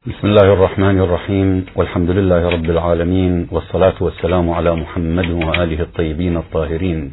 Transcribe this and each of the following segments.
بسم الله الرحمن الرحيم، والحمد لله رب العالمين، والصلاة والسلام على محمد وآله الطيبين الطاهرين.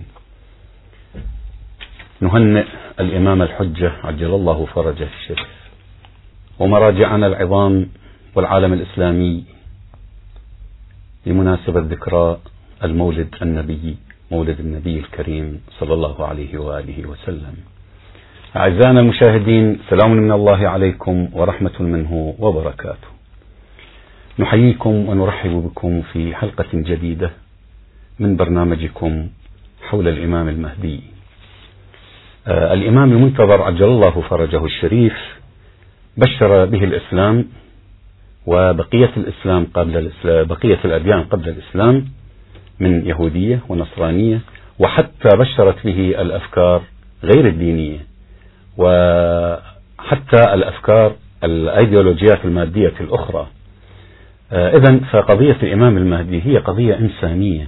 نهنئ الإمام الحجة عجل الله فرجه الشريف ومراجعنا العظام والعالم الإسلامي بمناسبة ذكرى المولد النبي، مولد النبي الكريم صلى الله عليه وآله وسلم. أعزائنا المشاهدين، سلام من الله عليكم ورحمة منه وبركاته. نحييكم ونرحب بكم في حلقة جديدة من برنامجكم حول الإمام المهدي. الإمام المنتظر عجل الله فرجه الشريف بشر به الإسلام وبقية الإسلام بقية الأديان قبل الإسلام من يهودية ونصرانية، وحتى بشرت به الأفكار غير الدينية وحتى الأفكار الأيديولوجيات المادية الأخرى. إذن فقضية الإمام المهدي هي قضية إنسانية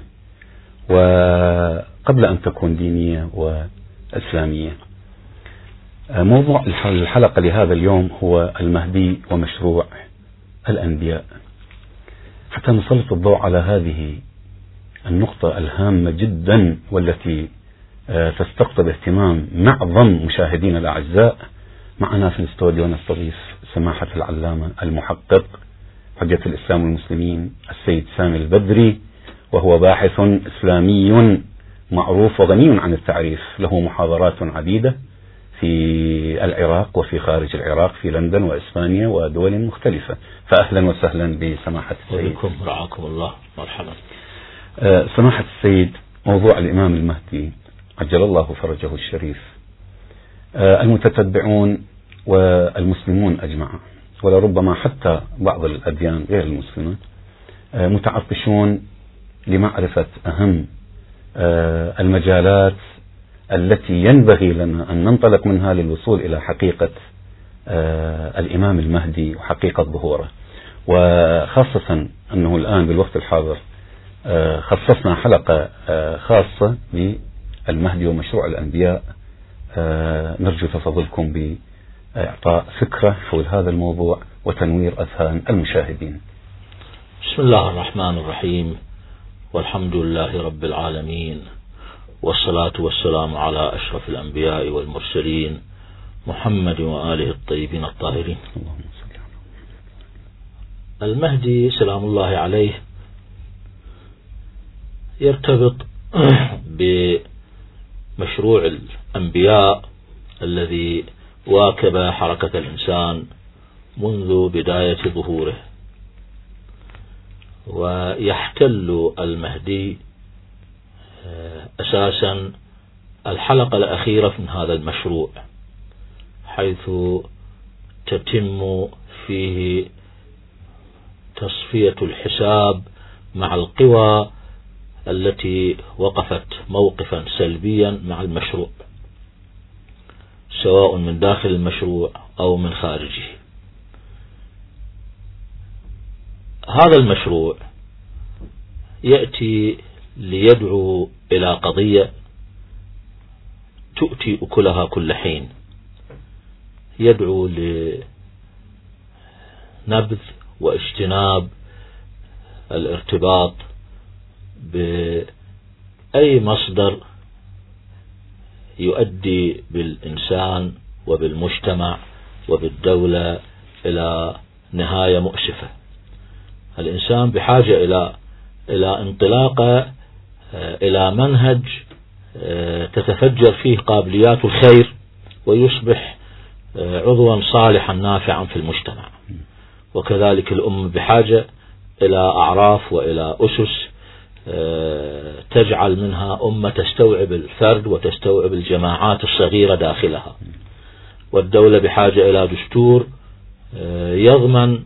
وقبل أن تكون دينية وإسلامية. موضوع الحلقة لهذا اليوم هو المهدي ومشروع الأنبياء، حتى نسلط الضوء على هذه النقطة الهامة جدا والتي تستقطب اهتمام معظم مشاهدينا الأعزاء. معنا في الاستوديو نستضيف سماحة العلامة المحقق حجة الإسلام والمسلمين السيد سامي البدري، وهو باحث إسلامي معروف وغني عن التعريف، له محاضرات عديدة في العراق وفي خارج العراق، في لندن وإسبانيا ودول مختلفة. فأهلا وسهلا بسماحة السيد. رعاكم الله، مرحبا. سماحة السيد، موضوع الإمام المهدي عجل الله فرجه الشريف المتتبعون والمسلمون أجمعون، ولربما حتى بعض الأديان غير المسلمة متعطشون لمعرفة أهم المجالات التي ينبغي لنا أن ننطلق منها للوصول إلى حقيقة الإمام المهدي وحقيقة ظهوره، وخاصة أنه الآن بالوقت الحاضر خصصنا حلقة خاصة بالمهدي ومشروع الأنبياء. نرجو تفضلكم بإعطاء فكرة حول هذا الموضوع وتنوير أذهان المشاهدين. بسم الله الرحمن الرحيم، والحمد لله رب العالمين، والصلاة والسلام على أشرف الأنبياء والمرسلين محمد وآله الطيبين الطاهرين. المهدي سلام الله عليه يرتبط بمشروع الأنبياء الذي واكب حركة الإنسان منذ بداية ظهوره، ويحتل المهدي أساسا الحلقة الأخيرة من هذا المشروع، حيث تتم فيه تصفية الحساب مع القوى التي وقفت موقفا سلبيا مع المشروع، سواء من داخل المشروع أو من خارجه. هذا المشروع يأتي ليدعو إلى قضية تؤتي أكلها كل حين، يدعو لنبذ واجتناب الارتباط بأي مصدر يؤدي بالإنسان وبالمجتمع وبالدولة إلى نهاية مؤسفة. الإنسان بحاجة إلى انطلاقة إلى منهج تتفجر فيه قابليات الخير ويصبح عضوا صالحا نافعا في المجتمع. وكذلك الأمة بحاجة إلى أعراف وإلى أسس تجعل منها أمة تستوعب الفرد وتستوعب الجماعات الصغيرة داخلها. والدولة بحاجة إلى دستور يضمن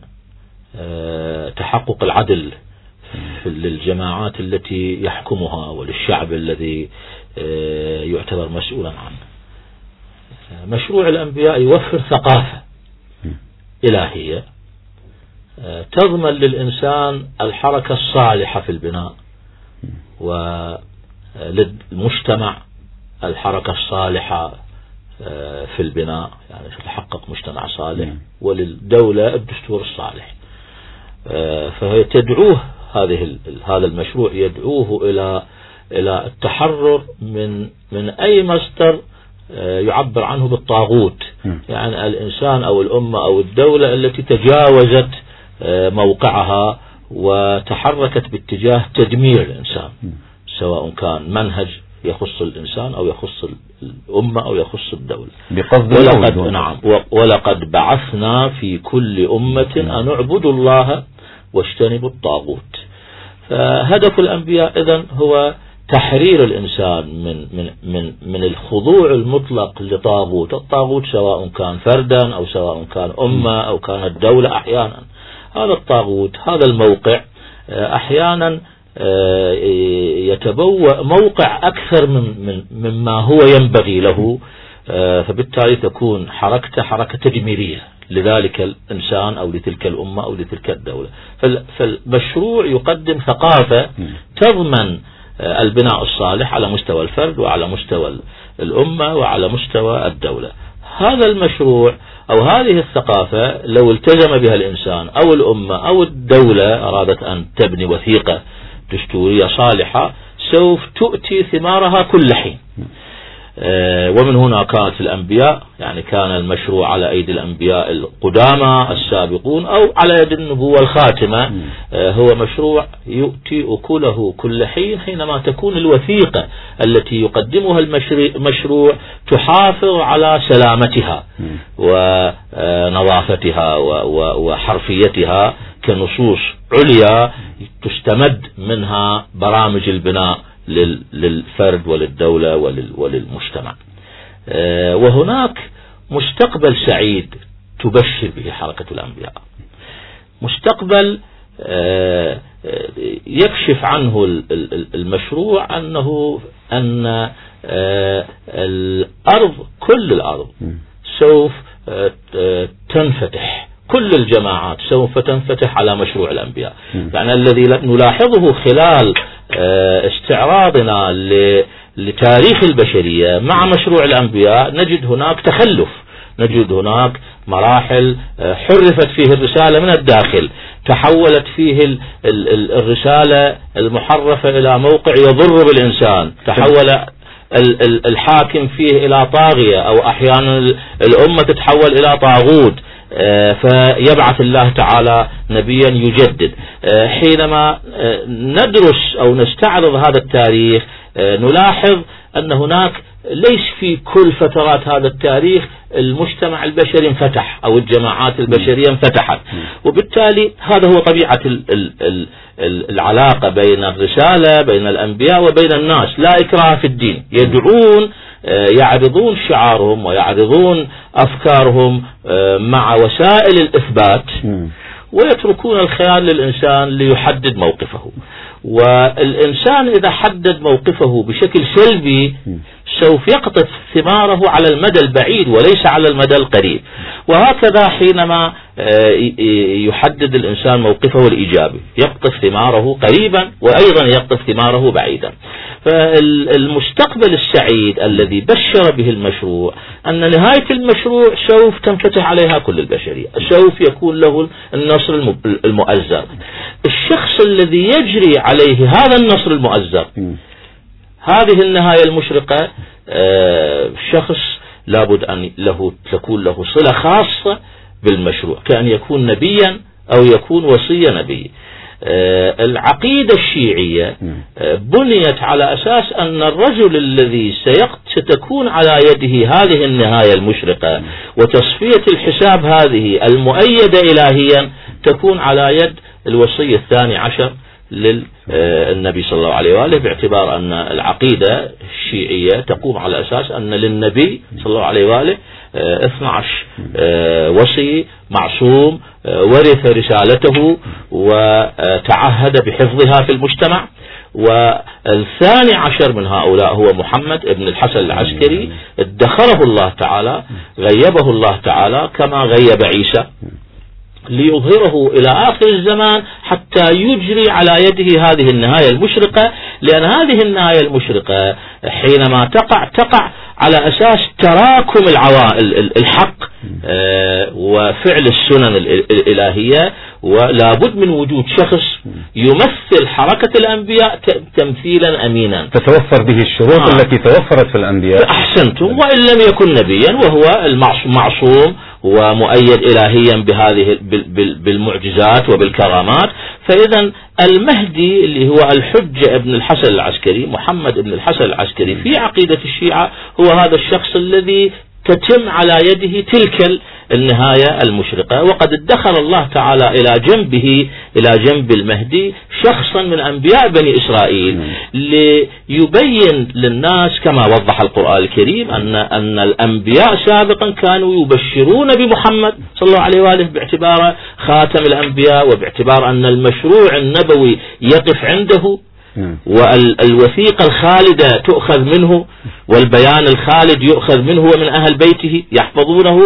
تحقق العدل للجماعات التي يحكمها وللشعب الذي يعتبر مسؤولا عنه. مشروع الأنبياء يوفر ثقافة إلهية تضمن للإنسان الحركة الصالحة في البناء، وللمجتمع الحركة الصالحة في البناء، يعني تتحقق مجتمع صالح، وللدولة الدستور الصالح. فهي تدعوه هذا المشروع يدعوه إلى التحرر من أي مصدر يعبر عنه بالطاغوت، يعني الإنسان أو الأمة أو الدولة التي تجاوزت موقعها وتحركت باتجاه تدمير الإنسان، سواء كان منهج يخص الإنسان أو يخص الأمة أو يخص الدولة. ولقد بعثنا في كل أمة أن اعبدوا الله واجتنبوا الطاغوت. فهدف الأنبياء إذن هو تحرير الإنسان من الخضوع المطلق لطاغوت، الطاغوت سواء كان فردا أو سواء كان أمة أو كانت دولة. أحيانا هذا الطاغوت، هذا الموقع أحيانا يتبوأ موقع أكثر مما هو ينبغي له، فبالتالي تكون حركته حركة تدميرية لذلك الإنسان أو لتلك الأمة أو لتلك الدولة. فالمشروع يقدم ثقافة تضمن البناء الصالح على مستوى الفرد وعلى مستوى الأمة وعلى مستوى الدولة. هذا المشروع أو هذه الثقافة لو التزم بها الإنسان أو الأمة أو الدولة أرادت أن تبني وثيقة دستورية صالحة، سوف تؤتي ثمارها كل حين. ومن هنا كانت الأنبياء، يعني كان المشروع على أيدي الأنبياء القدامى السابقون أو على يد النبوة الخاتمة، هو مشروع يؤتي أكله كل حين حينما تكون الوثيقة التي يقدمها المشروع تحافظ على سلامتها ونظافتها وحرفيتها كنصوص عليا تستمد منها برامج البناء للفرد وللدولة وللمجتمع. وهناك مستقبل سعيد تبشر به حركة الأنبياء، مستقبل يكشف عنه المشروع أن الأرض، كل الأرض سوف تنفتح، كل الجماعات سوف تنفتح على مشروع الأنبياء. يعني الذي نلاحظه خلال استعراضنا لتاريخ البشرية مع مشروع الأنبياء، نجد هناك تخلف، نجد هناك مراحل حرفت فيه الرسالة من الداخل، تحولت فيه الرسالة المحرفة إلى موقع يضر بالإنسان، تحول الحاكم فيه إلى طاغية، أو أحيانا الأمة تتحول إلى طاغوت، فيبعث الله تعالى نبيا يجدد. حينما ندرس أو نستعرض هذا التاريخ نلاحظ أن هناك ليس في كل فترات هذا التاريخ المجتمع البشري انفتح أو الجماعات البشرية انفتحت، وبالتالي هذا هو طبيعة العلاقة بين الرسالة بين الأنبياء وبين الناس، لا إكراه في الدين. يدعون يعرضون شعارهم ويعرضون أفكارهم مع وسائل الإثبات، ويتركون الخيال للإنسان ليحدد موقفه. والإنسان إذا حدد موقفه بشكل سلبي سوف يقطف ثماره على المدى البعيد وليس على المدى القريب. وهكذا حينما يحدد الإنسان موقفه الإيجابي يقطف ثماره قريبا وأيضا يقطف ثماره بعيدا. فالمستقبل السعيد الذي بشر به المشروع أن نهاية المشروع سوف تنفتح عليها كل البشرية، سوف يكون له النصر المؤزر. الشخص الذي يجري عليه هذا النصر المؤزر، هذه النهاية المشرقة، شخص لابد أن تكون له صلة خاصة بالمشروع، كأن يكون نبيا أو يكون وصي نبي. العقيدة الشيعية بنيت على أساس أن الرجل الذي ستكون على يده هذه النهاية المشرقة وتصفية الحساب هذه المؤيدة إلهيا تكون على يد الوصي الثاني عشر للنبي صلى الله عليه وآله، باعتبار أن العقيدة الشيعية تقوم على أساس أن للنبي صلى الله عليه وآله 12 وصي معصوم ورث رسالته وتعهد بحفظها في المجتمع، والثاني عشر من هؤلاء هو محمد ابن الحسن العسكري، ادخره الله تعالى، غيبه الله تعالى كما غيب عيسى ليظهره إلى آخر الزمان حتى يجري على يده هذه النهاية المشرقة لأن هذه النهاية المشرقة حينما تقع على أساس تراكم الحق وفعل السنن الإلهية، ولا بد من وجود شخص يمثل حركة الأنبياء تمثيلا أمينا تتوفر به الشروط التي توفرت في الأنبياء. أحسنتم. وإن لم يكن نبيا وهو المعصوم ومؤيد إلهيا بالمعجزات وبالكرامات، فإذا المهدي اللي هو الحجة ابن الحسن العسكري، محمد ابن الحسن العسكري في عقيدة الشيعة، هو هذا الشخص الذي تتم على يده تلك النهاية المشرقة. وقد ادخل الله تعالى إلى جنب المهدي شخصا من أنبياء بني إسرائيل ليبين للناس كما وضح القرآن الكريم أن الأنبياء سابقا كانوا يبشرون بمحمد صلى الله عليه وآله باعتباره خاتم الأنبياء، وباعتبار أن المشروع النبوي يقف عنده، والوثيقة الخالدة تؤخذ منه، والبيان الخالد يؤخذ منه ومن أهل بيته يحفظونه،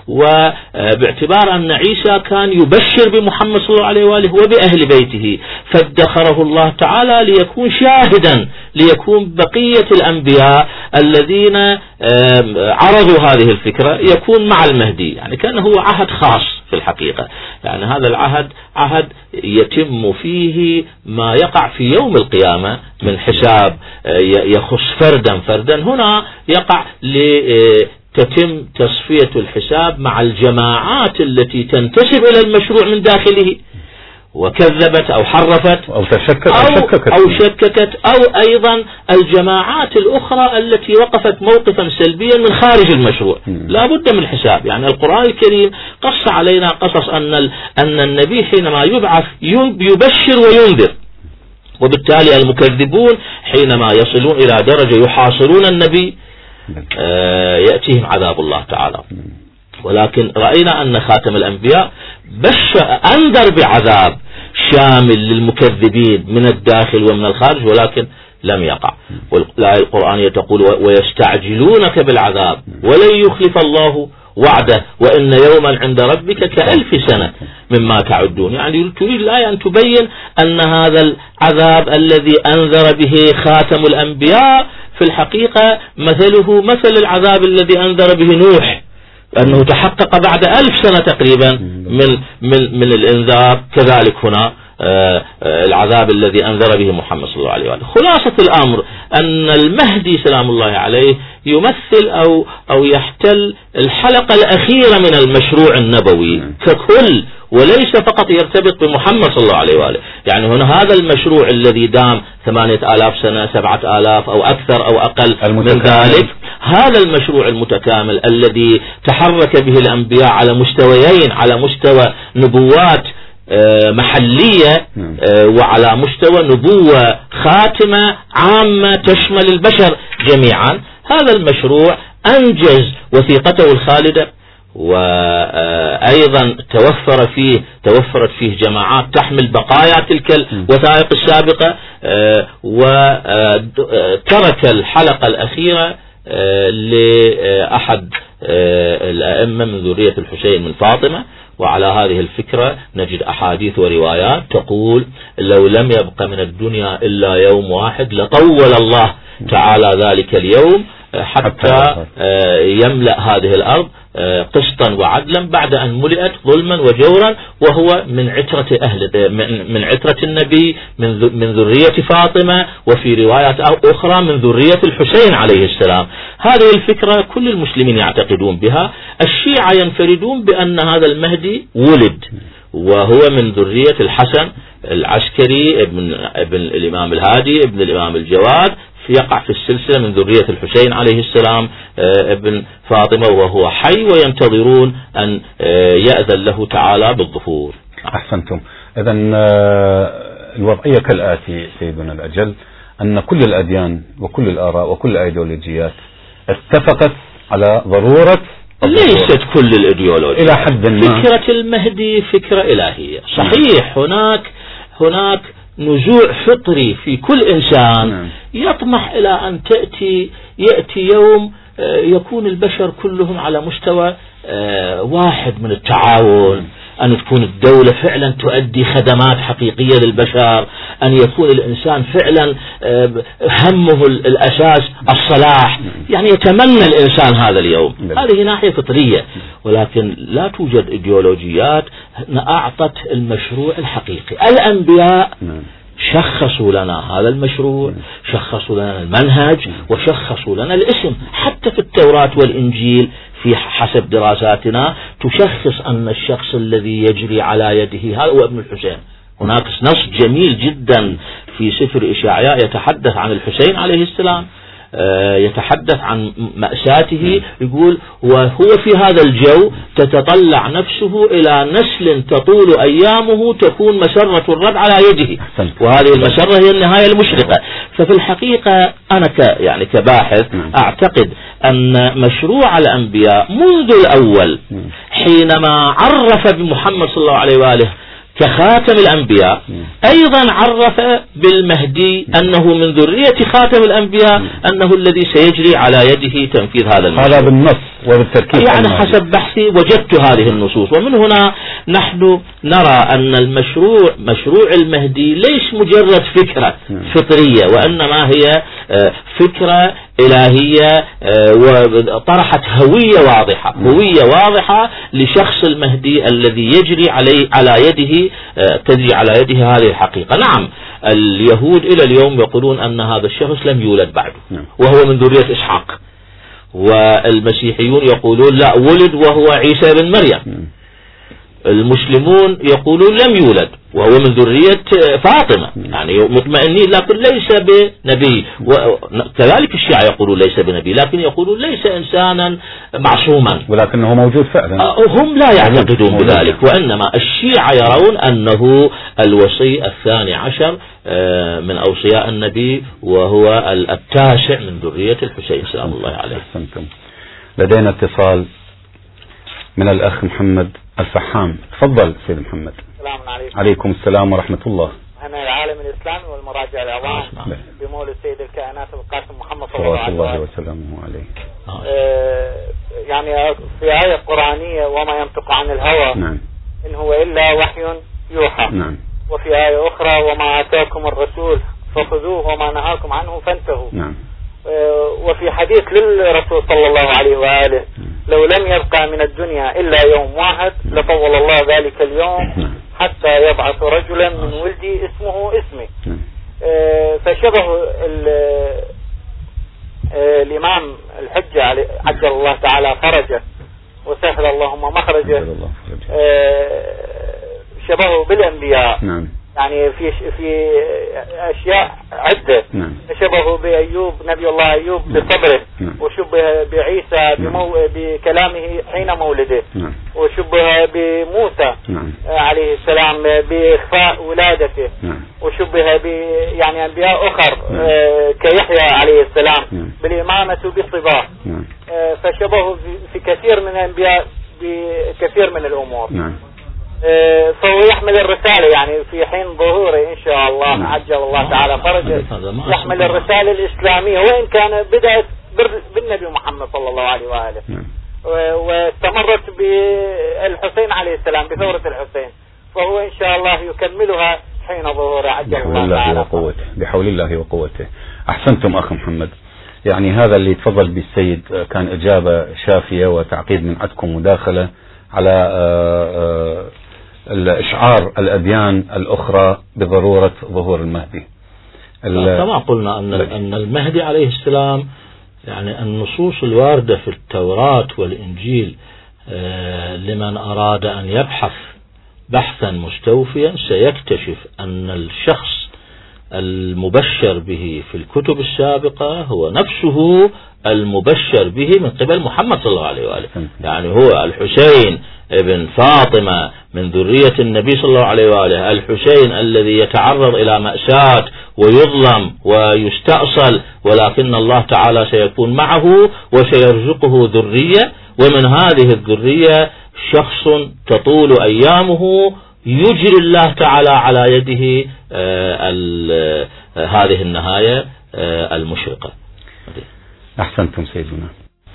وباعتبار أن عيسى كان يبشر بمحمد صلى الله عليه وآله وبأهل بيته، فادخره الله تعالى ليكون شاهدا، ليكون بقية الأنبياء الذين عرضوا هذه الفكرة يكون مع المهدي. يعني كان هو عهد خاص في الحقيقة، يعني هذا العهد عهد يتم فيه ما يقع في يوم القيامة من حساب يخص فردا. هنا يقع لتتم تصفية الحساب مع الجماعات التي تنتسب إلى المشروع من داخله وكذبت أو حرفت أو شككت أو أيضا الجماعات الأخرى التي وقفت موقفا سلبيا من خارج المشروع. لا بد من الحساب. يعني القرآن الكريم قص علينا قصص أن النبي حينما يبعث يبشر وينذر، وبالتالي المكذبون حينما يصلون إلى درجة يحاصرون النبي يأتيهم عذاب الله تعالى. ولكن رأينا أن خاتم الأنبياء أنذر بعذاب شامل للمكذبين من الداخل ومن الخارج، ولكن لم يقع. والآية القرآنية تقول ويستعجلونك بالعذاب ولن يخلف الله وعده وإن يوما عند ربك كألف سنة مما تعدون. يعني تريد الآية أن تبين أن هذا العذاب الذي أنذر به خاتم الأنبياء في الحقيقة مثله مثل العذاب الذي أنذر به نوح، أنه تحقق بعد 1000 سنة تقريبا من الإنذار. كذلك هنا العذاب الذي أنذر به محمد صلى الله عليه وآله. خلاصة الأمر أن المهدي سلام الله عليه يمثل أو يحتل الحلقة الأخيرة من المشروع النبوي ككل، وليس فقط يرتبط بمحمد صلى الله عليه وآله. يعني هنا هذا المشروع الذي دام 8000 سنة 7000 أو أكثر أو أقل من ذلك، هذا المشروع المتكامل الذي تحرك به الأنبياء على مستويين، على مستوى نبوات محلية وعلى مستوى نبوة خاتمة عامة تشمل البشر جميعا. هذا المشروع أنجز وثيقته الخالدة، وأيضا توفرت فيه جماعات تحمل بقايا تلك الوثائق السابقة، وترك الحلقة الأخيرة لأحد الأئمة من ذرية الحسين من فاطمة. وعلى هذه الفكرة نجد أحاديث وروايات تقول لو لم يبق من الدنيا إلا يوم واحد لطول الله تعالى ذلك اليوم حتى يملأ هذه الأرض قسطا وعدلا بعد أن ملئت ظلما وجورا، وهو من عترة النبي من ذرية فاطمة، وفي روايات أخرى من ذرية الحسين عليه السلام. هذه الفكرة كل المسلمين يعتقدون بها. الشيعة ينفردون بأن هذا المهدي ولد وهو من ذرية الحسن العسكري ابن الإمام الهادي ابن الإمام الجواد، يقع في السلسلة من ذرية الحسين عليه السلام ابن فاطمة وهو حي، وينتظرون أن يأذن له تعالى بالظهور. أحسنتم. إذن الوضعية كالآتي سيدنا الأجل، أن كل الأديان وكل الآراء وكل الأيديولوجيات اتفقت على ضرورة ليست كل الأيديولوجيا إلى حد ما. فكرة المهدي فكرة إلهية صحيح. هناك نزوع فطري في كل إنسان يطمح إلى أن يأتي يوم يكون البشر كلهم على مستوى واحد من التعاون، أن تكون الدولة فعلا تؤدي خدمات حقيقية للبشر، أن يكون الإنسان فعلا همه الأساس الصلاح، يعني يتمنى الإنسان هذا اليوم. هذه ناحية فطرية، ولكن لا توجد إيديولوجيات أعطت المشروع الحقيقي. الأنبياء شخصوا لنا هذا المشروع، شخصوا لنا المنهج، وشخصوا لنا الاسم. حتى في التوراة والإنجيل في حسب دراساتنا تشخص أن الشخص الذي يجري على يده هذا هو ابن الحسين. هناك نص جميل جدا في سفر إشعياء يتحدث عن الحسين عليه السلام، يتحدث عن مأساته، يقول وهو في هذا الجو تتطلع نفسه إلى نسل تطول أيامه تكون مسرة الرب على يده، وهذه المسرة هي النهاية المشرقة. ففي الحقيقة أنا يعني كباحث أعتقد أن مشروع الأنبياء منذ الأول حينما عرف بمحمد صلى الله عليه وآله كخاتم الأنبياء أيضا عرف بالمهدي أنه من ذرية خاتم الأنبياء، أنه الذي سيجري على يده تنفيذ هذا المشروع. هذا بالنص وبالتركيز، يعني حسب بحثي وجدت هذه النصوص. ومن هنا نحن نرى أن مشروع المهدي ليس مجرد فكرة فطرية، وإنما هي فكرة إلهية وطرحت هوية واضحة لشخص المهدي الذي يجري على يده تجري على يده هذه الحقيقة. نعم، اليهود إلى اليوم يقولون أن هذا الشخص لم يولد بعده وهو من ذرية إسحاق، والمسيحيون يقولون لا، ولد وهو عيسى بن مريم. المسلمون يقولون لم يولد وهو من ذرية فاطمة، يعني مطمئنين، لكن ليس بنبي. وكذلك الشيعة يقولون ليس بنبي، لكن يقولون ليس إنسانا معصوما، ولكنه موجود فعلا. هم لا يعتقدون بذلك، وإنما الشيعة يرون أنه الوصي الثاني عشر من أوصياء النبي، وهو التاسع من ذرية الحسين سلام الله عليه. لدينا اتصال من الأخ محمد الفحام. تفضل سيد محمد. السلام عليكم. عليكم السلام ورحمة الله. أنا العالم الإسلامي والمراجع العظام بمولد سيد الكائنات القاسم محمد صلى الله عليه الله وسلامه عليه. يعني في آية قرآنية وما ينطق عن الهوى نعم. إن هو إلا وحي يوحى. نعم. وفي آية أخرى وما آتاكم الرسول فخذوه وما نهاكم عنه فانتهوا. نعم. وفي حديث للرسول صلى الله عليه وآله لو لم يبقى من الدنيا إلا يوم واحد لطول الله ذلك اليوم حتى يبعث رجلا من ولدي اسمه اسمي. فشبه الإمام الحجة عجل الله تعالى فرجه وسهل اللهم مخرجه، شبهه بالأنبياء. نعم. يعني في أشياء عدة. شبهه بأيوب، نبي الله أيوب بصبره، وشبه بعيسى بكلامه حين مولده، وشبه بموسى عليه السلام بإخفاء ولادته، وشبه يعني أنبياء أخر كيحيى عليه السلام بالإمامة بصباه. فشبهه في كثير من الأنبياء بكثير من الأمور. فهو يحمل الرسالة، يعني في حين ظهوره إن شاء الله عجل الله تعالى فرجه يحمل الرسالة الإسلامية، وإن كان بدأت بالنبي محمد صلى الله عليه وآله واستمرت بالحسين عليه السلام بثورة الحسين، فهو إن شاء الله يكملها حين ظهوره عجل الله تعالى وقوته. بحول الله وقوته. أحسنتم أخ محمد. يعني هذا اللي تفضل بالسيد كان إجابة شافية وتعقيد من عندكم مداخلة على الإشعار الأديان الأخرى بضرورة ظهور المهدي. كما قلنا أن المهدي عليه السلام، يعني النصوص الواردة في التوراة والإنجيل لمن أراد أن يبحث بحثا مستوفيا سيكتشف أن الشخص المبشر به في الكتب السابقة هو نفسه المبشر به من قبل محمد صلى الله عليه وآله. يعني هو الحسين ابن فاطمة من ذرية النبي صلى الله عليه وآله، الحسين الذي يتعرض إلى مأساة ويظلم ويستأصل، ولكن الله تعالى سيكون معه وسيرزقه ذرية، ومن هذه الذرية شخص تطول أيامه يجري الله تعالى على يده هذه النهاية المشرقة. أحسنتم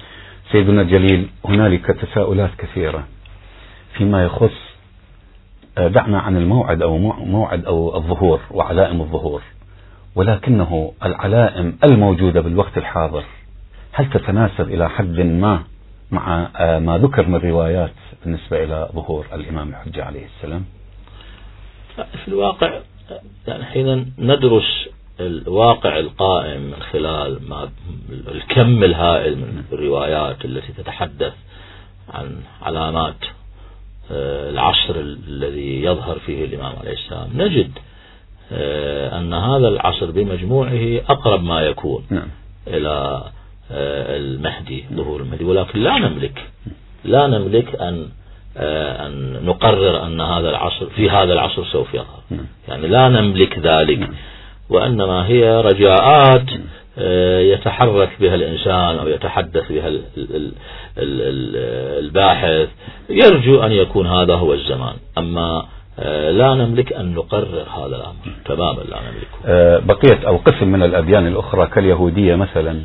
سيدنا الجليل. هنالك تساؤلات كثيرة فيما يخص دعنا عن الموعد أو موعد أو الظهور وعلائم الظهور، ولكنه العلائم الموجودة بالوقت الحاضر هل تتناسب إلى حد ما مع ما ذكر من روايات بالنسبة إلى ظهور الإمام الحجة عليه السلام؟ في الواقع يعني حين ندرس الواقع القائم من خلال ما الكم الهائل من الروايات التي تتحدث عن علامات العصر الذي يظهر فيه الإمام عليه السلام، نجد أن هذا العصر بمجموعه أقرب ما يكون إلى المهدي، ظهور المهدي، ولكن لا نملك أن نقرر أن هذا العصر في هذا العصر سوف يظهر، يعني لا نملك ذلك، وإنما هي رجاءات يتحرك بها الإنسان أو يتحدث بها الباحث، يرجو أن يكون هذا هو الزمان، أما لا نملك أن نقرر هذا الأمر تماما، لا نملكه. بقية أو قسم من الأديان الأخرى كاليهودية مثلا،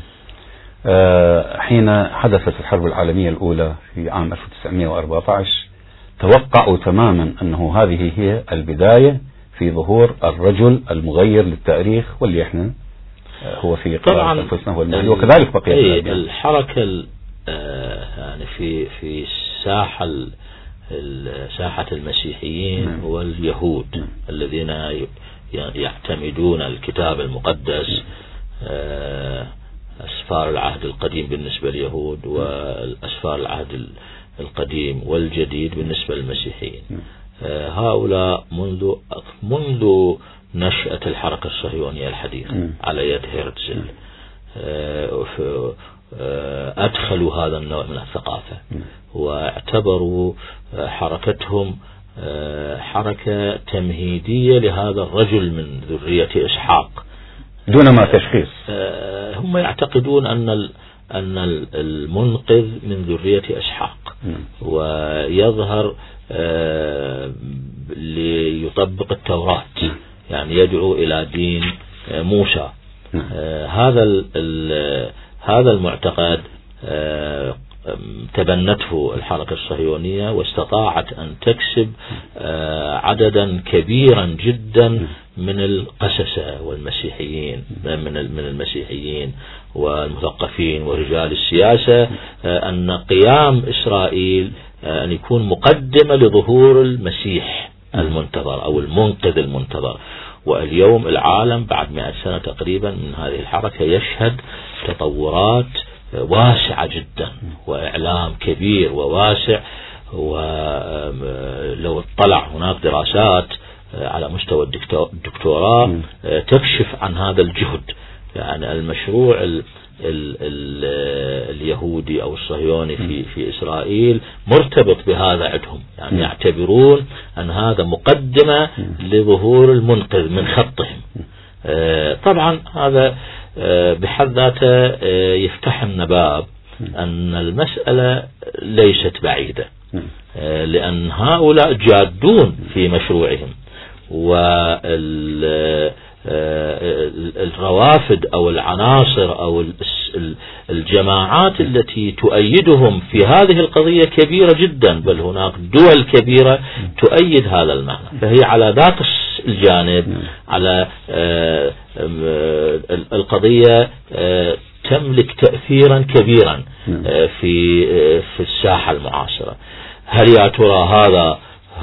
حين حدثت الحرب العالمية الأولى في عام 1914 توقعوا تماما أنه هذه هي البداية في ظهور الرجل المغير للتاريخ، واللي احنا هو في قراءة أنفسنا هو المهدي، وكذلك بقية الحركة يعني في ساحة المسيحيين واليهود الذين يعتمدون الكتاب المقدس، أسفار العهد القديم بالنسبة لليهود والأسفار العهد القديم والجديد بالنسبة للمسيحيين. هؤلاء منذ نشأة الحركة الصهيونية الحديثة على يد هيرتزل أدخلوا هذا النوع من الثقافة، واعتبروا حركتهم حركة تمهيدية لهذا الرجل من ذرية إسحاق دون ما تشخيص. هم يعتقدون أن المنقذ من ذرية إسحاق ويظهر ليطبق التوراة، يعني يدعو إلى دين موسى. هذا المعتقد تبنته الحركة الصهيونية، واستطاعت أن تكسب عددا كبيرا جدا من القسسة والمسيحيين، من المسيحيين والمثقفين ورجال السياسة، أن قيام إسرائيل أن يكون مقدمة لظهور المسيح المنتظر أو المنقذ المنتظر. واليوم العالم بعد 100 سنة تقريبا من هذه الحركة يشهد تطورات واسعة جدا وإعلام كبير وواسع، ولو اطلع هناك دراسات على مستوى الدكتوراه تكشف عن هذا الجهد. يعني المشروع اليهودي أو الصهيوني في إسرائيل مرتبط بهذا عندهم، يعني يعتبرون أن هذا مقدمة لظهور المنقذ من خطهم. طبعا هذا بحد ذاته يفتح لنا باب أن المسألة ليست بعيدة، لأن هؤلاء جادون في مشروعهم، والروافد أو العناصر أو الجماعات التي تؤيدهم في هذه القضية كبيرة جدا، بل هناك دول كبيرة تؤيد هذا المعنى. فهي على ذات الجانب على القضية تملك تأثيرا كبيرا في الساحة المعاصرة. هل يا ترى هذا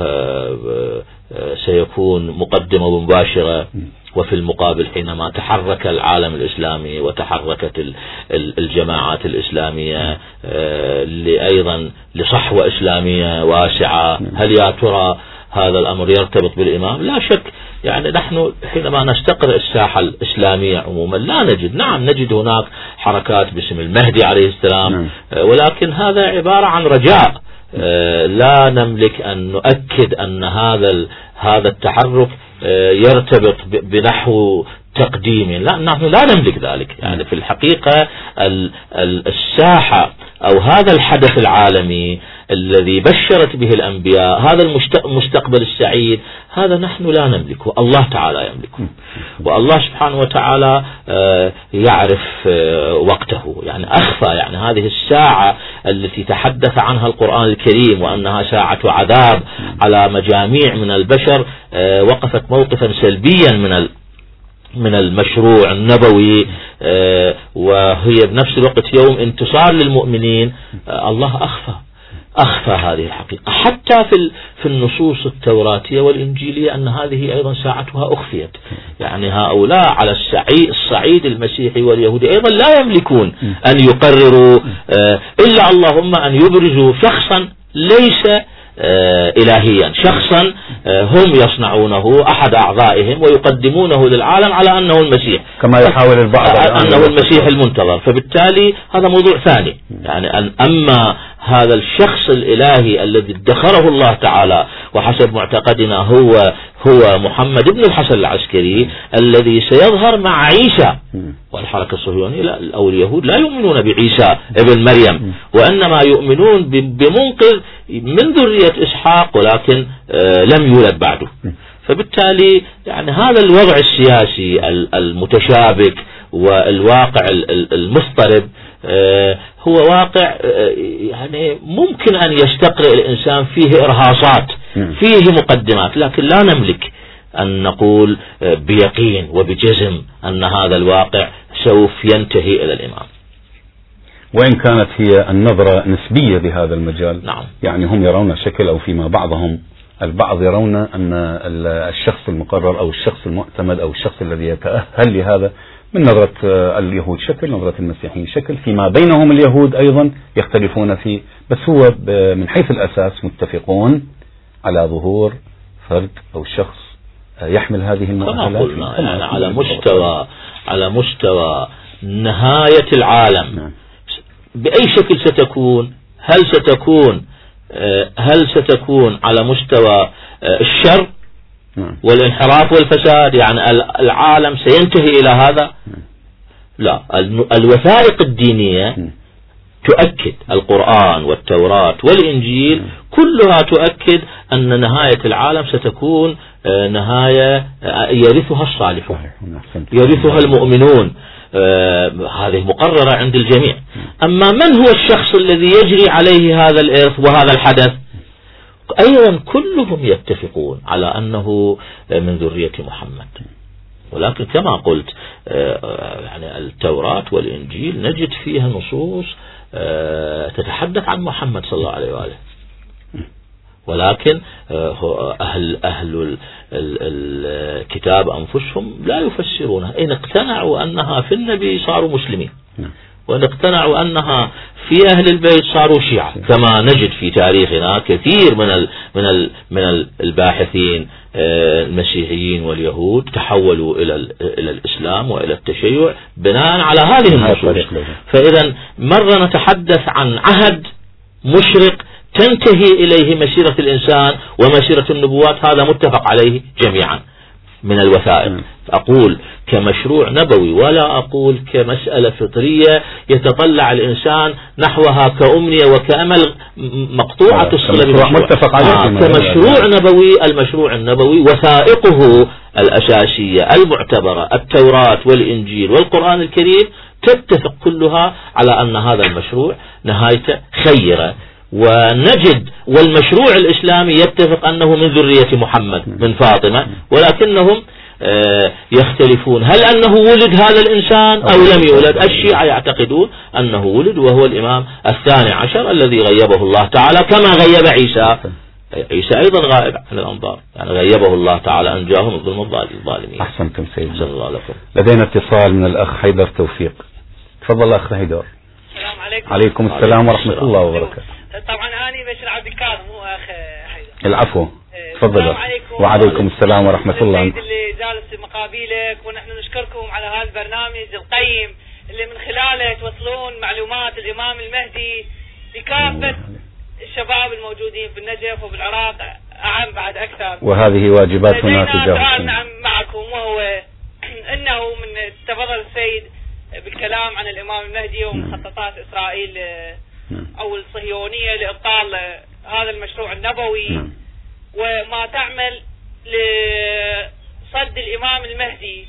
سيكون مقدمة مباشرة؟ وفي المقابل حينما تحرك العالم الإسلامي وتحركت الجماعات الإسلامية أيضا لصحوة إسلامية واسعة، هل يا ترى هذا الأمر يرتبط بالإمام؟ لا شك. يعني نحن حينما نستقرأ الساحة الإسلامية عموما لا نجد، نجد هناك حركات باسم المهدي عليه السلام، ولكن هذا عبارة عن رجاء، لا نملك أن نؤكد أن هذا التحرك يرتبط بنحو تقديم. لا، نحن لا نملك ذلك. يعني في الحقيقة الساحة أو هذا الحدث العالمي الذي بشرت به الأنبياء، هذا المستقبل السعيد، هذا نحن لا نملكه، الله تعالى يملكه. والله سبحانه وتعالى يعرف وقته، يعني أخفى يعني هذه الساعة التي تحدث عنها القرآن الكريم وأنها ساعة عذاب على مجاميع من البشر، وقفت موقفا سلبيا من المشروع النبوي، وهي بنفس الوقت يوم انتصار للمؤمنين. الله أخفى هذه الحقيقة حتى في النصوص التوراتية والإنجيلية، أن هذه أيضا ساعتها أخفيت. يعني هؤلاء على الصعيد المسيحي واليهودي أيضا لا يملكون أن يقرروا إلا اللهم أن يبرزوا شخصا ليس إلهيا، شخصا هم يصنعونه أحد أعضائهم ويقدمونه للعالم على أنه المسيح، كما يحاول البعض أنه المسيح المنتظر. فبالتالي هذا موضوع ثاني. يعني أما هذا الشخص الإلهي الذي ادخره الله تعالى وحسب معتقدنا هو محمد بن الحسن العسكري الذي سيظهر مع عيسى. والحركة الصهيونية أو اليهود لا يؤمنون بعيسى ابن مريم، وإنما يؤمنون بمنقذ من ذرية إسحاق ولكن لم يولد بعده. فبالتالي يعني هذا الوضع السياسي المتشابك والواقع المضطرب هو واقع يعني ممكن أن يستقرئ الإنسان فيه إرهاصات، فيه مقدمات، لكن لا نملك أن نقول بيقين وبجزم أن هذا الواقع سوف ينتهي إلى الإمام، وإن كانت هي النظرة نسبية بهذا المجال. نعم. يعني هم يرون شكل، أو فيما بعضهم البعض يرون أن الشخص المقرر أو الشخص المعتمد أو الشخص الذي يتأهل لهذا من نظرة اليهود شكل، نظرة المسيحيين شكل، فيما بينهم اليهود أيضا يختلفون فيه، بس هو من حيث الأساس متفقون على ظهور فرد أو شخص يحمل هذه المؤهلات. كما قلنا يعني على مستوى نهاية العالم. نعم. بأي شكل ستكون؟ هل ستكون على مستوى الشر والانحراف والفساد؟ يعني العالم سينتهي إلى هذا؟ لا، الوثائق الدينية تؤكد، القرآن والتوراة والإنجيل كلها تؤكد أن نهاية العالم ستكون نهاية يرثها الصالحون، يرثها المؤمنون، هذه مقررة عند الجميع. أما من هو الشخص الذي يجري عليه هذا الإرث وهذا الحدث؟ أيضا كلهم يتفقون على أنه من ذرية محمد، ولكن كما قلت يعني التوراة والإنجيل نجد فيها نصوص تتحدث عن محمد صلى الله عليه وآله، ولكن أهل الكتاب أنفسهم لا يفسرونها. إن اقتنعوا أنها في النبي صاروا مسلمين، وإن اقتنعوا أنها في أهل البيت صاروا شيعة، كما نجد في تاريخنا كثير من الباحثين المسيحيين واليهود تحولوا إلى الإسلام وإلى التشيع بناء على هذه النصوص. فإذا مرة نتحدث عن عهد مشرق تنتهي إليه مسيرة الإنسان ومسيرة النبوات، هذا متفق عليه جميعا من الوثائق. أقول كمشروع نبوي ولا أقول كمسألة فطرية يتطلع الإنسان نحوها كأمنية وكأمل مقطوعة الصلة متفق عليه. كمشروع نبوي، المشروع النبوي وثائقه الأساسية المعتبرة التوراة والإنجيل والقرآن الكريم تتفق كلها على أن هذا المشروع نهايته خيرة. ونجد والمشروع الإسلامي يتفق أنه من ذرية محمد من فاطمة، ولكنهم يختلفون هل أنه ولد هذا الإنسان أو لم يولد. الشيعة يعتقدون أنه ولد وهو الإمام الثاني عشر الذي غيبه الله تعالى كما غيب عيسى. عيسى أيضا غائب عن الأنظار، يعني غيبه الله تعالى أن جاءهم الظلم الظالمين. أحسنتم سيدنا. أحسن الله لكم. لدينا اتصال من الأخ حيدر توفيق. تفضل أخ حيدر. السلام عليكم. عليكم السلام ورحمة الله وبركاته. طبعا أنا بشر عبد الكاظم مو أخ حيدر. العفو. تفضل. وعليكم السلام ورحمة الله. السيد اللي جالس مقابلك، ونحن نشكركم على هذا البرنامج القيم اللي من خلاله توصلون معلومات الإمام المهدي لكافة الشباب الموجودين في النجف وبالعراق أعم بعد أكثر. وهذه واجباتنا تجاهكم. نعم معكم، وهو أنه من تفضل السيد بالكلام عن الإمام المهدي ومخططات إسرائيل أو الصهيونية لإبطال هذا المشروع النبوي، وما تعمل لصد الإمام المهدي.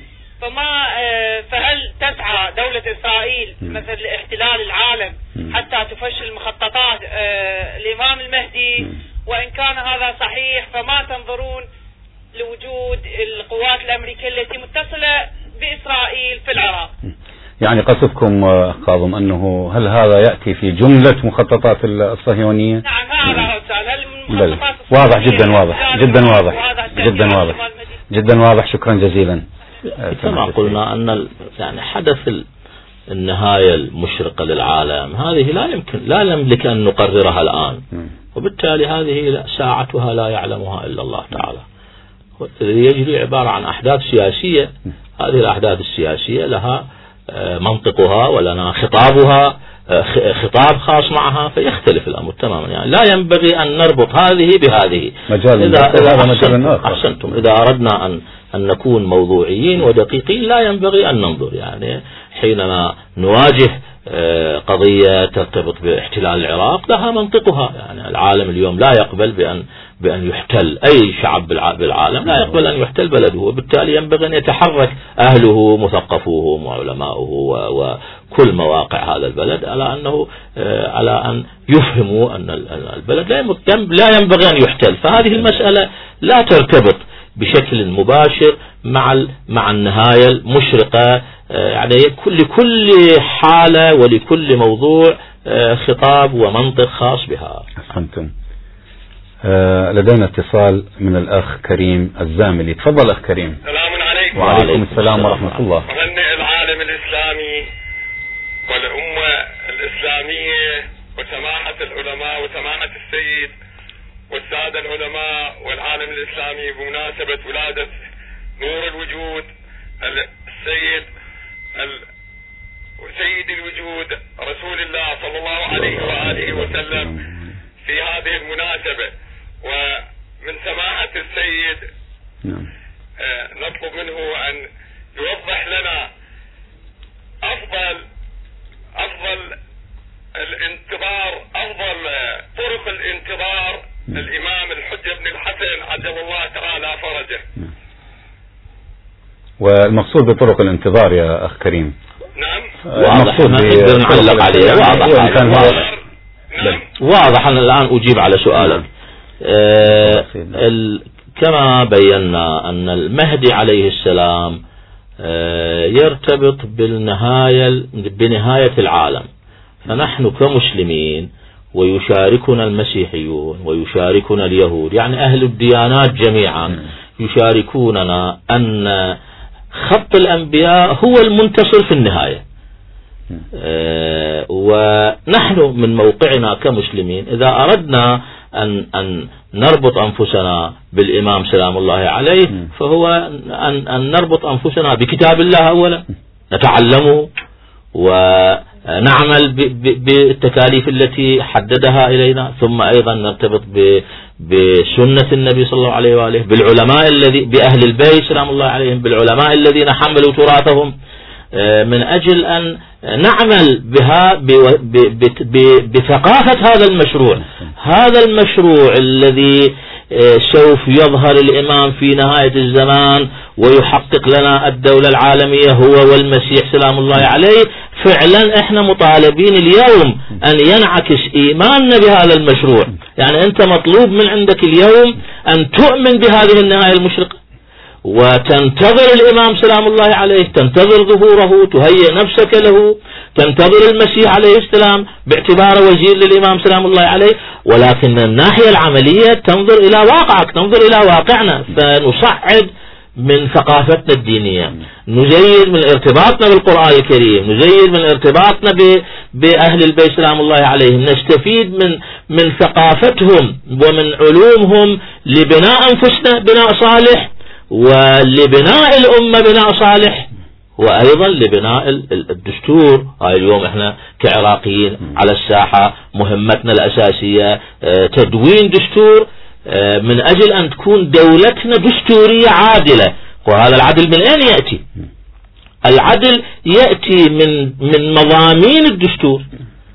فهل تسعى دولة إسرائيل مثل لاحتلال العالم حتى تفشل مخططات الإمام المهدي؟ وإن كان هذا صحيح فما تنظرون لوجود القوات الأمريكية التي متصلة بإسرائيل في العراق؟ يعني قصدكم كاظم أنه هل هذا يأتي في جملة مخططات الصهيونية؟ نعم هذا هو السؤال. هل مخططات واضح جدا واضح جدا واضح جدا واضح جدا واضح. شكرا جزيلا. كما قلنا أن يعني حدث النهاية المشرقة للعالم هذه لا نملك أن نقررها الآن، وبالتالي هذه ساعتها لا يعلمها إلا الله تعالى. يجري عبارة عن أحداث سياسية، هذه الأحداث السياسية لها منطقها ولنا خطابها، خطاب خاص معها، فيختلف الأمر تماما. يعني لا ينبغي أن نربط هذه بهذه. إذا أحسنتم، إذا أردنا أن نكون موضوعيين ودقيقين لا ينبغي أن ننظر يعني حينما نواجه قضية ترتبط باحتلال العراق لها منطقها. يعني العالم اليوم لا يقبل بأن يحتل أي شعب بالعالم، لا يقبل أن يحتل بلده، وبالتالي ينبغي أن يتحرك أهله مثقفوهم وعلماؤه وكل مواقع هذا البلد على أن يفهموا أن البلد لا ينبغي أن يحتل. فهذه المسألة لا ترتبط بشكل مباشر مع النهاية المشرقة. يعني لكل حالة ولكل موضوع خطاب ومنطق خاص بها. أحسنتم. لدينا اتصال من الأخ كريم الزاملي. تفضل أخ كريم. السلام عليكم. وعليكم السلام ورحمة الله. أهنئ العالم الإسلامي والأمة الإسلامية وسماحة العلماء وسماحة السيد والسادة العلماء والعالم الإسلامي بمناسبة ولادة نور الوجود سيد الوجود رسول الله صلى الله عليه وآله وسلم في هذه المناسبة. ومن سماحة السيد نطلب منه أن يوضح لنا أفضل الانتظار، أفضل طرق الانتظار الإمام الحجة بن الحسن عجل الله تعالى فرجه. والمقصود بطرق الانتظار يا أخ كريم؟ نعم واضح، نقدر نعلق عليه. واضح أنا الآن أجيب على سؤالك. كما بينا أن المهدي عليه السلام يرتبط بنهاية العالم، فنحن كمسلمين ويشاركنا المسيحيون ويشاركنا اليهود، يعني أهل الديانات جميعا يشاركوننا أن خط الأنبياء هو المنتصر في النهاية. ونحن من موقعنا كمسلمين إذا أردنا أن نربط أنفسنا بالإمام سلام الله عليه فهو أن نربط أنفسنا بكتاب الله أولا، نتعلمه ونعمل بالتكاليف التي حددها إلينا، ثم أيضا نرتبط بسنة النبي صلى الله عليه وآله، بالعلماء بأهل البيت سلام الله عليهم، بالعلماء الذين حملوا تراثهم، من أجل أن نعمل بها بثقافة هذا المشروع. هذا المشروع الذي سوف يظهر الإمام في نهاية الزمان ويحقق لنا الدولة العالمية هو والمسيح سلام الله عليه. فعلا احنا مطالبين اليوم أن ينعكس إيماننا بهذا المشروع. يعني أنت مطلوب من عندك اليوم أن تؤمن بهذه النهاية المشرقة وتنتظر الإمام سلام الله عليه، تنتظر ظهوره، تهيئ نفسك له، تنتظر المسيح عليه السلام باعتباره وزير للإمام سلام الله عليه. ولكن من الناحية العملية تنظر إلى واقعك، تنظر إلى واقعنا، فنصعد من ثقافتنا الدينية، نزيد من ارتباطنا بالقرآن الكريم، نزيد من ارتباطنا بأهل البيت سلام الله عليهم، نستفيد من ثقافتهم ومن علومهم لبناء أنفسنا بناء صالح، ولبناء الأمة بناء صالح، وأيضا لبناء الدستور. هاي اليوم احنا كعراقيين على الساحة مهمتنا الأساسية تدوين دستور من أجل أن تكون دولتنا دستورية عادلة. وهذا العدل من أين يأتي؟ العدل يأتي من مضامين الدستور.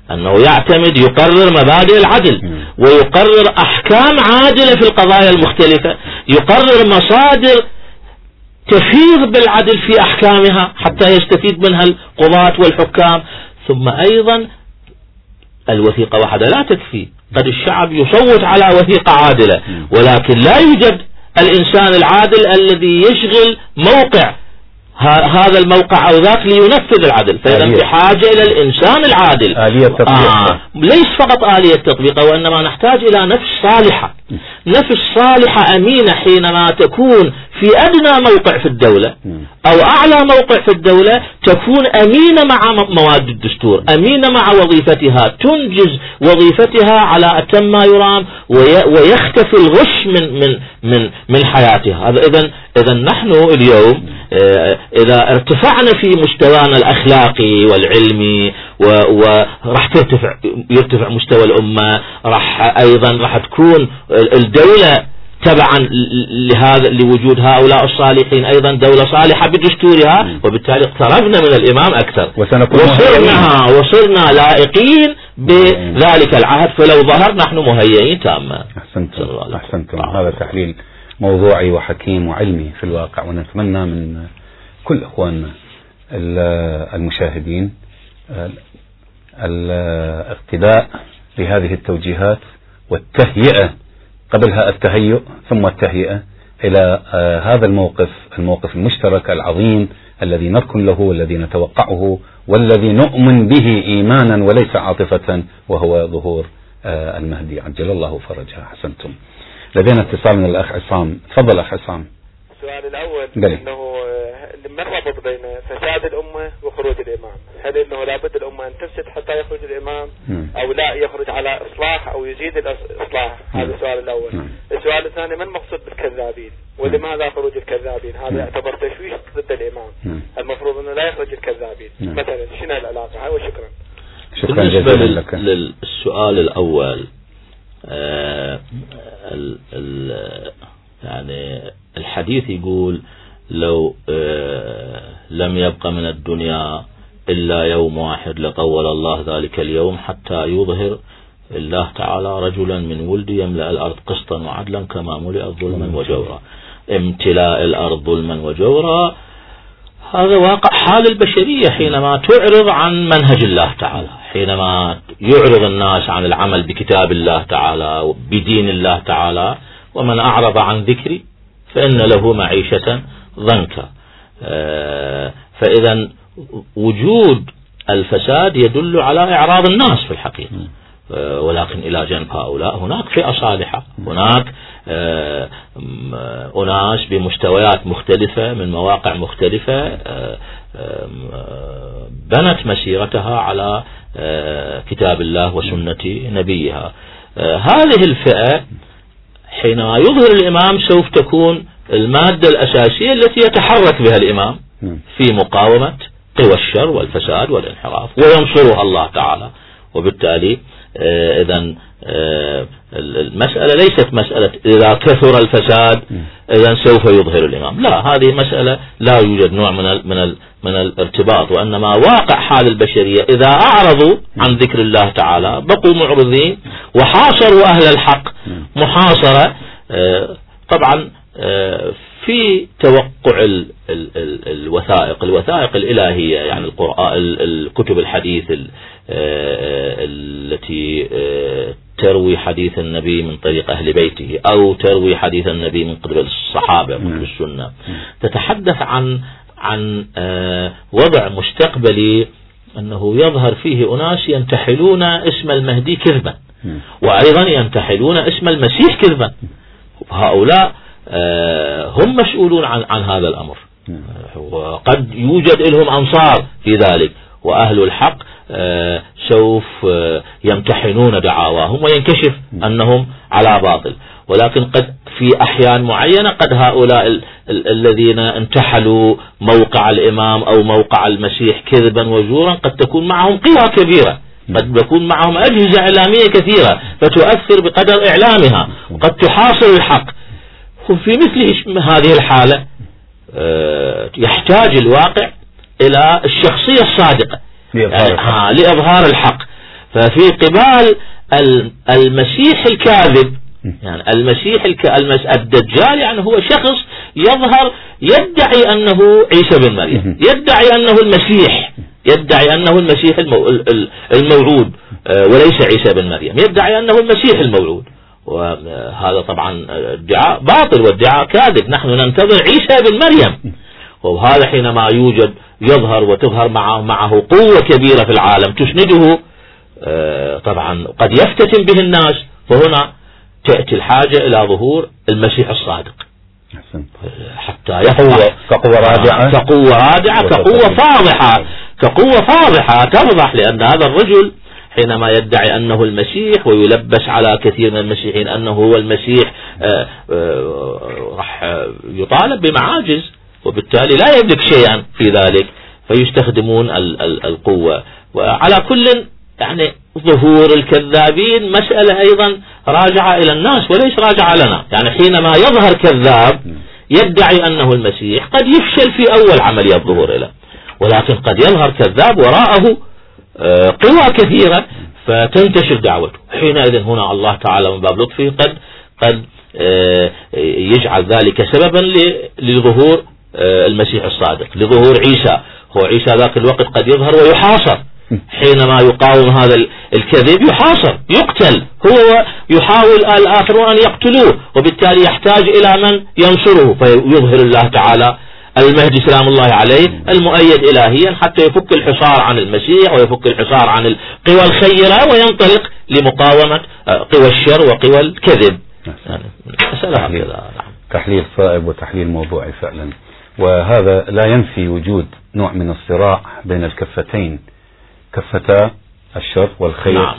أنه يعتمد يقرر مبادئ العدل ويقرر أحكام عادلة في القضايا المختلفة، يقرر مصادر تفيض بالعدل في أحكامها حتى يستفيد منها القضاة والحكام. ثم أيضا الوثيقة وحدها لا تكفي، قد الشعب يصوت على وثيقة عادلة ولكن لا يوجد الإنسان العادل الذي يشغل موقع هذا الموقع أو ذاك لينفذ العدل، فإذا بحاجة إلى الإنسان العادل. ليس فقط آلية تطبيقه، وإنما نحتاج إلى نفس صالحة، نفس صالحة أمينة حينما تكون في أدنى موقع في الدولة أو أعلى موقع في الدولة، تكون أمينة مع مواد الدستور، أمينة مع وظيفتها، تنجز وظيفتها على أتم ما يرام ويختفي الغش من حياتها. إذا نحن اليوم إذا ارتفعنا في مستوانا الأخلاقي والعلمي وراح يرتفع مستوى الأمة، راح تكون الدولة تبعا لوجود هؤلاء الصالحين أيضا دولة صالحة بدستورها، وبالتالي اقتربنا من الإمام أكثر وصرنا لائقين بذلك العهد، فلو ظهر نحن مهيئين تاما. أحسنتم. هذا تحليل موضوعي وحكيم وعلمي في الواقع، ونتمنى من كل أخواننا المشاهدين الاقتداء بهذه التوجيهات والتهيئة، قبلها التهيؤ ثم التهيئة إلى هذا الموقف المشترك العظيم الذي نركن له والذي نتوقعه والذي نؤمن به إيمانا وليس عاطفة، وهو ظهور المهدي عجل الله فرجه. أحسنتم. لدينا اتصال من الأخ عصام. تفضل أخ عصام. السؤال الأول أنه ما الربط بين فساد الأمة وخروج الإمام؟ هل أنه لابد الأمة أن تفسد حتى يخرج الإمام أو لا يخرج على إصلاح أو يزيد الإصلاح؟ هذا السؤال الأول. السؤال الثاني، ما المقصود بالكذابين ولماذا خروج الكذابين؟ هذا يعتبر تشويش ضد الإمام، المفروض أنه لا يخرج الكذابين مثلا. شنو العلاقة هاي؟ وشكرا. بالنسبة للسؤال الأول، يعني الحديث يقول لو لم يبق من الدنيا إلا يوم واحد لطول الله ذلك اليوم حتى يظهر الله تعالى رجلا من ولد يملأ الأرض قسطا وعدلا كما ملئت ظلما وجورا. امتلاء الأرض ظلما وجورا هذا واقع حال البشرية حينما تعرض عن منهج الله تعالى، حينما يعرض الناس عن العمل بكتاب الله تعالى بدين الله تعالى. ومن أعرض عن ذكري فإن له معيشة ضنكا. فإذا وجود الفساد يدل على إعراض الناس في الحقيقة، ولكن إلى جانب هؤلاء هناك فئة صالحة، هناك أناس بمستويات مختلفة من مواقع مختلفة بنت مسيرتها على كتاب الله وسنة نبيها. هذه الفئة حينما يظهر الإمام سوف تكون المادة الأساسية التي يتحرك بها الإمام في مقاومة قوى الشر والفساد والانحراف، وينصرها الله تعالى. وبالتالي إذن المسألة ليست مسألة إذا كثر الفساد إذن سوف يظهر الإمام، لا، هذه مسألة لا يوجد نوع من الارتباط، وإنما واقع حال البشرية إذا أعرضوا عن ذكر الله تعالى بقوا معرضين وحاصروا أهل الحق محاصرة. طبعا في توقع الوثائق الإلهية، يعني القرآن، الكتب الحديث التي تروي حديث النبي من طريق أهل بيته أو تروي حديث النبي من قبل الصحابة من السنة، تتحدث عن وضع مستقبلي أنه يظهر فيه أناس ينتحلون اسم المهدي كذبا، وأيضا ينتحلون اسم المسيح كذبا. هؤلاء هم مسؤولون عن هذا الأمر، وقد يوجد لهم أنصار في ذلك، وأهل الحق سوف يمتحنون دعاواهم وينكشف أنهم على باطل. ولكن قد في أحيان معينة قد هؤلاء الذين انتحلوا موقع الإمام أو موقع المسيح كذبا وزورا قد تكون معهم قوى كبيرة، قد يكون معهم أجهزة إعلامية كثيرة فتؤثر بقدر إعلامها وقد تحاصر الحق. وفي مثل هذه الحالة يحتاج الواقع إلى الشخصية الصادقة لإظهار الحق. ففي قبال المسيح الكاذب، يعني المسيح الدجال يعني هو شخص يظهر يدعي أنه عيسى بن مريم، يدعي أنه المسيح، يدعي أنه المسيح الموعود وليس عيسى بن مريم، يدعي أنه المسيح الموعود، وهذا طبعا ادعاء باطل وادعاء كاذب. نحن ننتظر عيسى بن مريم، وهذا حينما يظهر وتظهر معه قوة كبيرة في العالم تسنده، طبعا قد يفتتن به الناس، فهنا تأتي الحاجة إلى ظهور المسيح الصادق حتى يفضح كقوة رادعة كقوة فاضحة تفضح، لأن هذا الرجل حينما يدعي أنه المسيح ويلبس على كثير من المسيحيين أنه هو المسيح راح يطالب بمعاجز، وبالتالي لا يملك شيئا في ذلك، فيستخدمون القوة. وعلى كل يعني ظهور الكذابين مسألة أيضا راجعة إلى الناس وليس راجعة لنا. يعني حينما يظهر كذاب يدعي أنه المسيح قد يفشل في أول عملية ظهور له، ولكن قد يظهر كذاب وراءه قوى كثيرة فتنتشر دعوته. حينئذ هنا الله تعالى من باب لطفه قد يجعل ذلك سببا لظهور المسيح الصادق، لظهور عيسى. هو عيسى ذاك الوقت قد يظهر ويحاصر، حينما يقاوم هذا الكذب يحاصر يقتل، هو يحاول الآخرون أن يقتلوه، وبالتالي يحتاج إلى من ينصره، فيظهر الله تعالى المهدي سلام الله عليه المؤيد إلهيا حتى يفك الحصار عن المسيح ويفك الحصار عن القوى الخيرة وينطلق لمقاومة قوى الشر وقوى الكذب. يعني تحليل صائب وتحليل موضوعي فعلا، وهذا لا ينفي وجود نوع من الصراع بين الكفتين، كفتا الشر والخير. نعم.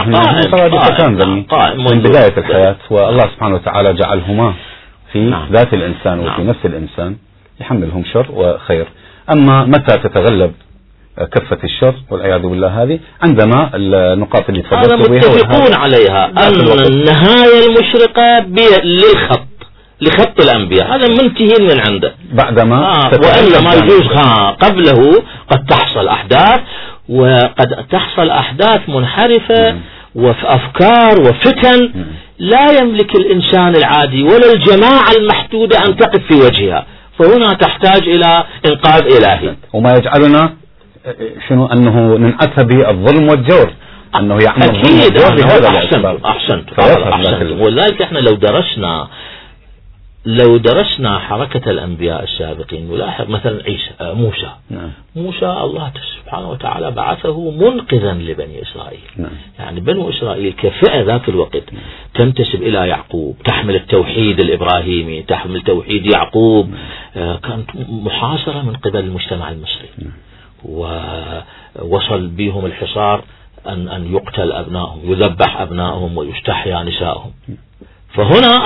من بداية الحياة، والله سبحانه وتعالى جعلهما في ذات الإنسان وفي نفس الإنسان يحملهم شر وخير. أما متى تتغلب كفة الشر والعياذ بالله هذه عندما النقاط اللي تفضلت بها متفقون عليها أن النهاية المشرقة لخط الأنبياء، هذا منتهين من عنده بعدما وإلا ما يجوز قبله قد تحصل أحداث، وقد تحصل أحداث منحرفة وأفكار وفتن لا يملك الإنسان العادي ولا الجماعة المحدودة أن تقف في وجهها، فهنا تحتاج إلى إنقاذ إلهي. وما يجعلنا شنو أنه ننعتها بالظلم والجور، أنه يعمل أكيد. أحسنت. ولذلك إحنا لو درسنا حركة الأنبياء السابقين نلاحظ مثلا موسى الله سبحانه وتعالى بعثه منقذا لبني إسرائيل. يعني بنو إسرائيل كفئة ذاك الوقت تنتسب إلى يعقوب، تحمل التوحيد الإبراهيمي، تحمل توحيد يعقوب، كانت محاصرة من قبل المجتمع المصري، ووصل بهم الحصار أن يقتل أبنائهم، يذبح أبنائهم ويستحيا نسائهم. فهنا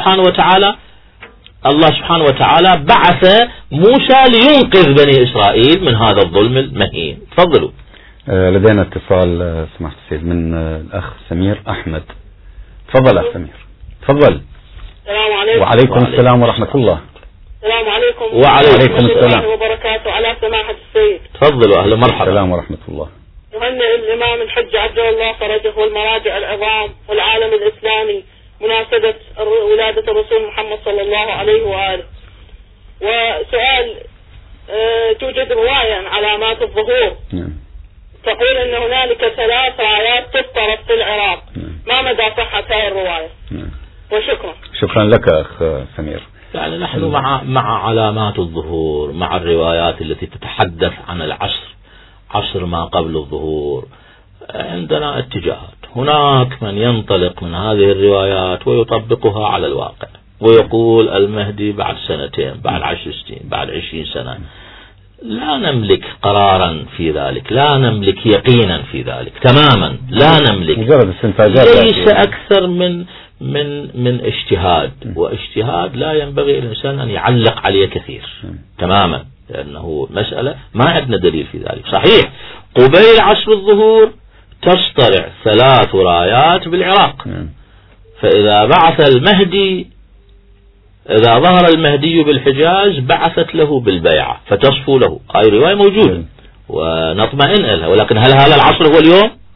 الله سبحانه وتعالى بعث موسى لينقذ بني إسرائيل من هذا الظلم المهين. تفضلوا. لدينا اتصال سماحة السيد من الأخ سمير أحمد. تفضل أخ سمير. تفضل. السلام عليكم. وعليكم السلام ورحمة الله. السلام عليكم. وعليكم السلام وبركاته على سماحة السيد. تفضلوا أهلا مرحبا. السلام ورحمة الله. يهنئ الإمام الحج عجل الله فرجه والمراجع العظام والعالم الإسلامي مناسبة ولادة الرسول محمد صلى الله عليه وآله. وسؤال، توجد رواية عن علامات الظهور تقول أن هنالك 3 رايات تفترض في العراق، ما مدى صحة هذه الرواية؟ وشكرا. شكرا لك أخ سمير. يعني نحن مع علامات الظهور، مع الروايات التي تتحدث عن عصر ما قبل الظهور، عندنا اتجاهات. هناك من ينطلق من هذه الروايات ويطبقها على الواقع ويقول المهدي بعد 2 بعد 10 سنين بعد 20 سنة. لا نملك قرارا في ذلك، لا نملك يقينا في ذلك تماما، لا نملك، مجرد استنتاجات، ليس أكثر من اجتهاد، واجتهاد لا ينبغي الإنسان أن يعلق عليه كثير تماما، لأنه مسألة ما عندنا دليل في ذلك. صحيح قبيل عصر الظهور تصطرع 3 رايات بالعراق، فإذا بعث المهدي، إذا ظهر المهدي بالحجاز بعثت له بالبيعة فتصفو له. هاي رواية موجودة ونطمئن لها، ولكن هل هذا العصر هو اليوم؟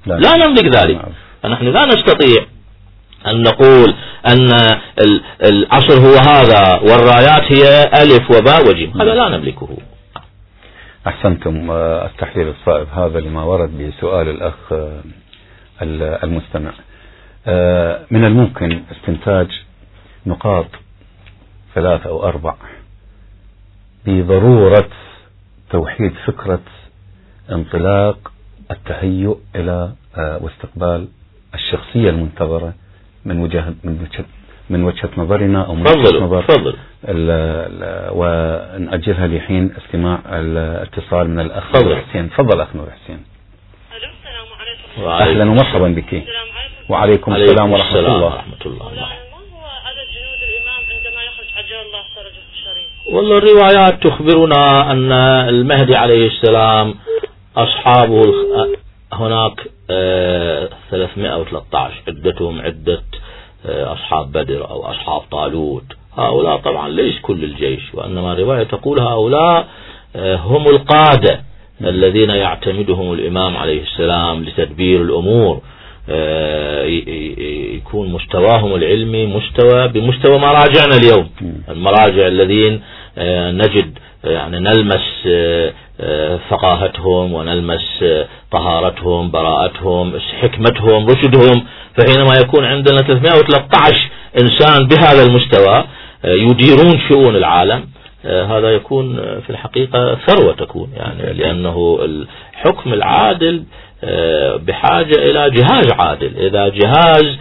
لا نملك ذلك. فنحن لا نستطيع أن نقول أن العصر هو هذا والرايات هي ألف وباء وجيم، هذا لا نملكه. أحسنتم. التحليل الصائب هذا لما ورد بسؤال الأخ المستمع. من الممكن استنتاج نقاط 3 أو 4 بضرورة توحيد فكرة انطلاق التهيؤ إلى واستقبال الشخصية المنتظرة من وجهة نظرنا أو من وجهة نظر ونأجلها لحين استماع الاتصال من الأخ نور حسين. تفضل أخ نور حسين. السلام عليكم. أهلا ومرحبا بك. وعليكم السلام ورحمة الله. ما هو عدد جنود الإمام عندما يخرج عجل الله فرجه الشريف؟ والله الروايات تخبرنا أن المهدي عليه السلام أصحابه هناك 313 عدتهم عدة أصحاب بدر أو أصحاب طالوت. هؤلاء طبعا ليس كل الجيش، وإنما الرواية تقول هؤلاء هم القادة الذين يعتمدهم الإمام عليه السلام لتدبير الأمور. يكون مستواهم العلمي بمستوى مراجعنا اليوم، المراجع الذين نجد يعني نلمس فقاهتهم ونلمس طهارتهم، براءتهم، حكمتهم، رشدهم. فحينما يكون عندنا 313 إنسان بهذا المستوى يديرون شؤون العالم، هذا يكون في الحقيقة ثروة تكون، يعني لأنه الحكم العادل بحاجة إلى جهاز عادل. إذا جهاز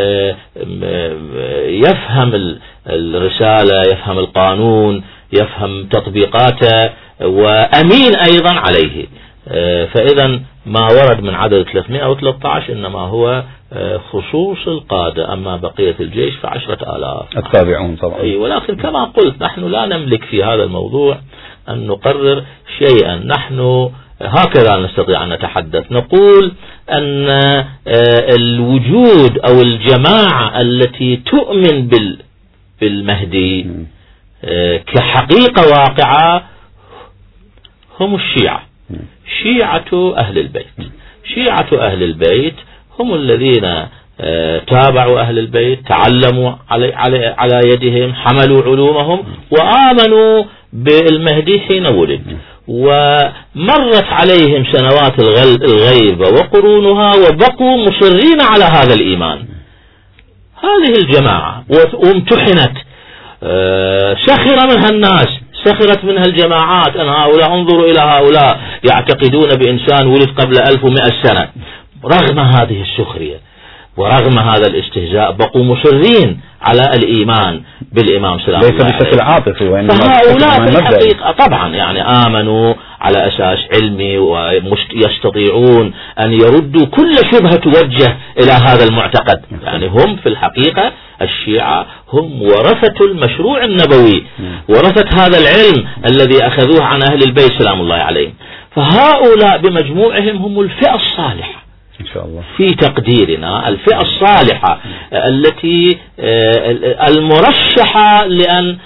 يفهم الرسالة، يفهم القانون، يفهم تطبيقاته، وأمين أيضا عليه، فإذا ما ورد من عدد 313 إنما هو خصوص القادة، أما بقية الجيش ف10,000 التابعون طبعا. ولكن كما قلت نحن لا نملك في هذا الموضوع أن نقرر شيئا. نحن هكذا نستطيع أن نتحدث، نقول أن الوجود أو الجماعة التي تؤمن بالمهدي كحقيقة واقعة هم الشيعة، شيعة أهل البيت. شيعة أهل البيت هم الذين تابعوا أهل البيت، تعلموا على يدهم، حملوا علومهم، وآمنوا بالمهدي حين ولد، ومرت عليهم سنوات الغيبة وقرونها وبقوا مصرين على هذا الإيمان. هذه الجماعة وامتحنت، سخر منها الناس، سخرت منها الجماعات، أن هؤلاء انظروا إلى هؤلاء يعتقدون بإنسان ولد قبل 1100 سنة. رغم هذه السخرية ورغم هذا الاستهزاء بقوا مصرين على الإيمان بالإمام سلام الله عليه. ليس بشكل عاطفي، فهؤلاء في الحقيقة طبعا يعني آمنوا على أساس علمي، ويستطيعون أن يردوا كل شبهة توجه إلى هذا المعتقد. يعني هم في الحقيقة الشيعة هم ورثة المشروع النبوي، ورثة هذا العلم الذي أخذوه عن أهل البيت سلام الله عليهم. فهؤلاء بمجموعهم هم الفئة الصالحة إن شاء الله في تقديرنا، الفئة الصالحة التي المرشحة لأن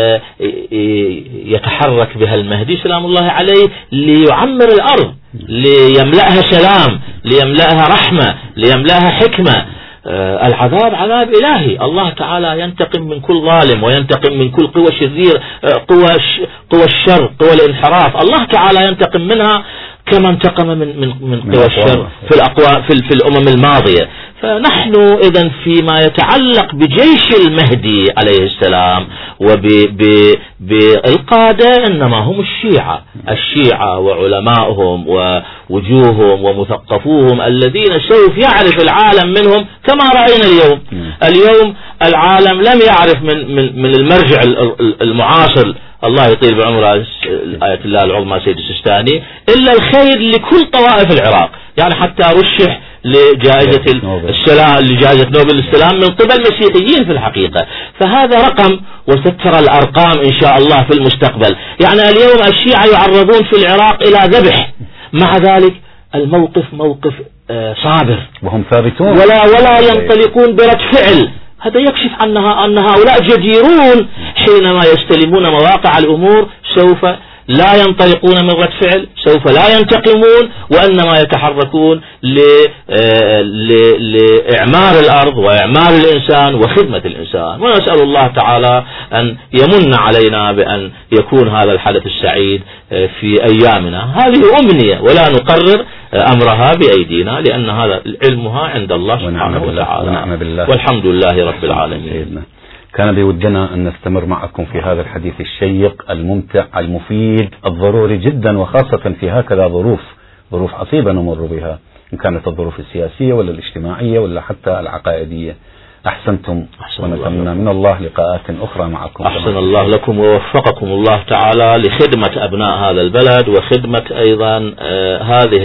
يتحرك بها المهدي سلام الله عليه ليعمر الأرض، ليملأها سلام، ليملأها رحمة، ليملأها حكمة. العذاب عذاب إلهي، الله تعالى ينتقم من كل ظالم، وينتقم من كل قوى شرير، قوى الشر، قوى الانحراف، الله تعالى ينتقم منها كما انتقم من قوى الشر في الأمم الماضية. فنحن إذن فيما يتعلق بجيش المهدي عليه السلام وبالقادة إنما هم الشيعة وعلمائهم ووجوههم ومثقفوهم الذين سوف يعرف العالم منهم كما رأينا اليوم العالم لم يعرف من المرجع المعاصر الله يطيل بعمره آية الله العظمى سيد السيستاني إلا الخير لكل طوائف العراق. يعني حتى رشح لجائزة السلام، لجائزة نوبل السلام من قبل مسيحيين في الحقيقة. فهذا رقم، وسترى الأرقام إن شاء الله في المستقبل. يعني اليوم الشيعة يعرضون في العراق إلى ذبح، مع ذلك الموقف موقف صابر، وهم ثابتون ولا ينطلقون برد فعل. هذا يكشف أن هؤلاء جديرون حينما يستلمون مواقع الأمور سوف لا ينطلقون من رد فعل، سوف لا ينتقمون، وإنما يتحركون لإعمار الأرض وإعمار الإنسان وخدمة الإنسان. ونسأل الله تعالى أن يمن علينا بأن يكون هذا الحدث السعيد في أيامنا. هذه أمنية ولا نقرر أمرها بأيدينا، لأن هذا علمها عند الله سبحانه وتعالى. ونعم بالله. والحمد لله رب العالمين. كان بودنا أن نستمر معكم في هذا الحديث الشيق الممتع المفيد الضروري جدا، وخاصة في هكذا ظروف عصيبة نمر بها، إن كانت الظروف السياسية ولا الاجتماعية ولا حتى العقائدية. أحسنتم، ونتمنى من الله لقاءات أخرى معكم. أحسن الله لكم ووفقكم الله تعالى لخدمة أبناء هذا البلد، وخدمة أيضا هذه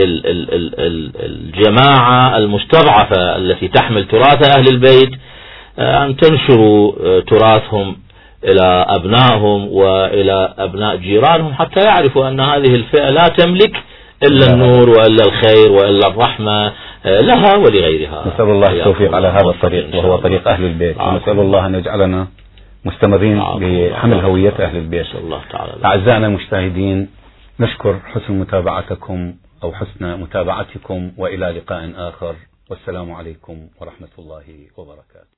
الجماعة المستضعفة التي تحمل تراث أهل البيت، أن تنشروا تراثهم إلى أبنائهم وإلى أبناء جيرانهم، حتى يعرفوا أن هذه الفئة لا تملك إلا النور وإلا الخير وإلا الرحمة لها ولغيرها. نسأل الله التوفيق على هذا الطريق، وهو طريق أهل البيت، ونسأل الله أن يجعلنا مستمرين بحمل هوية أهل البيت. أعزائنا المشاهدين، نشكر حسن متابعتكم أو حسن متابعتكم، وإلى لقاء آخر، والسلام عليكم ورحمة الله وبركاته.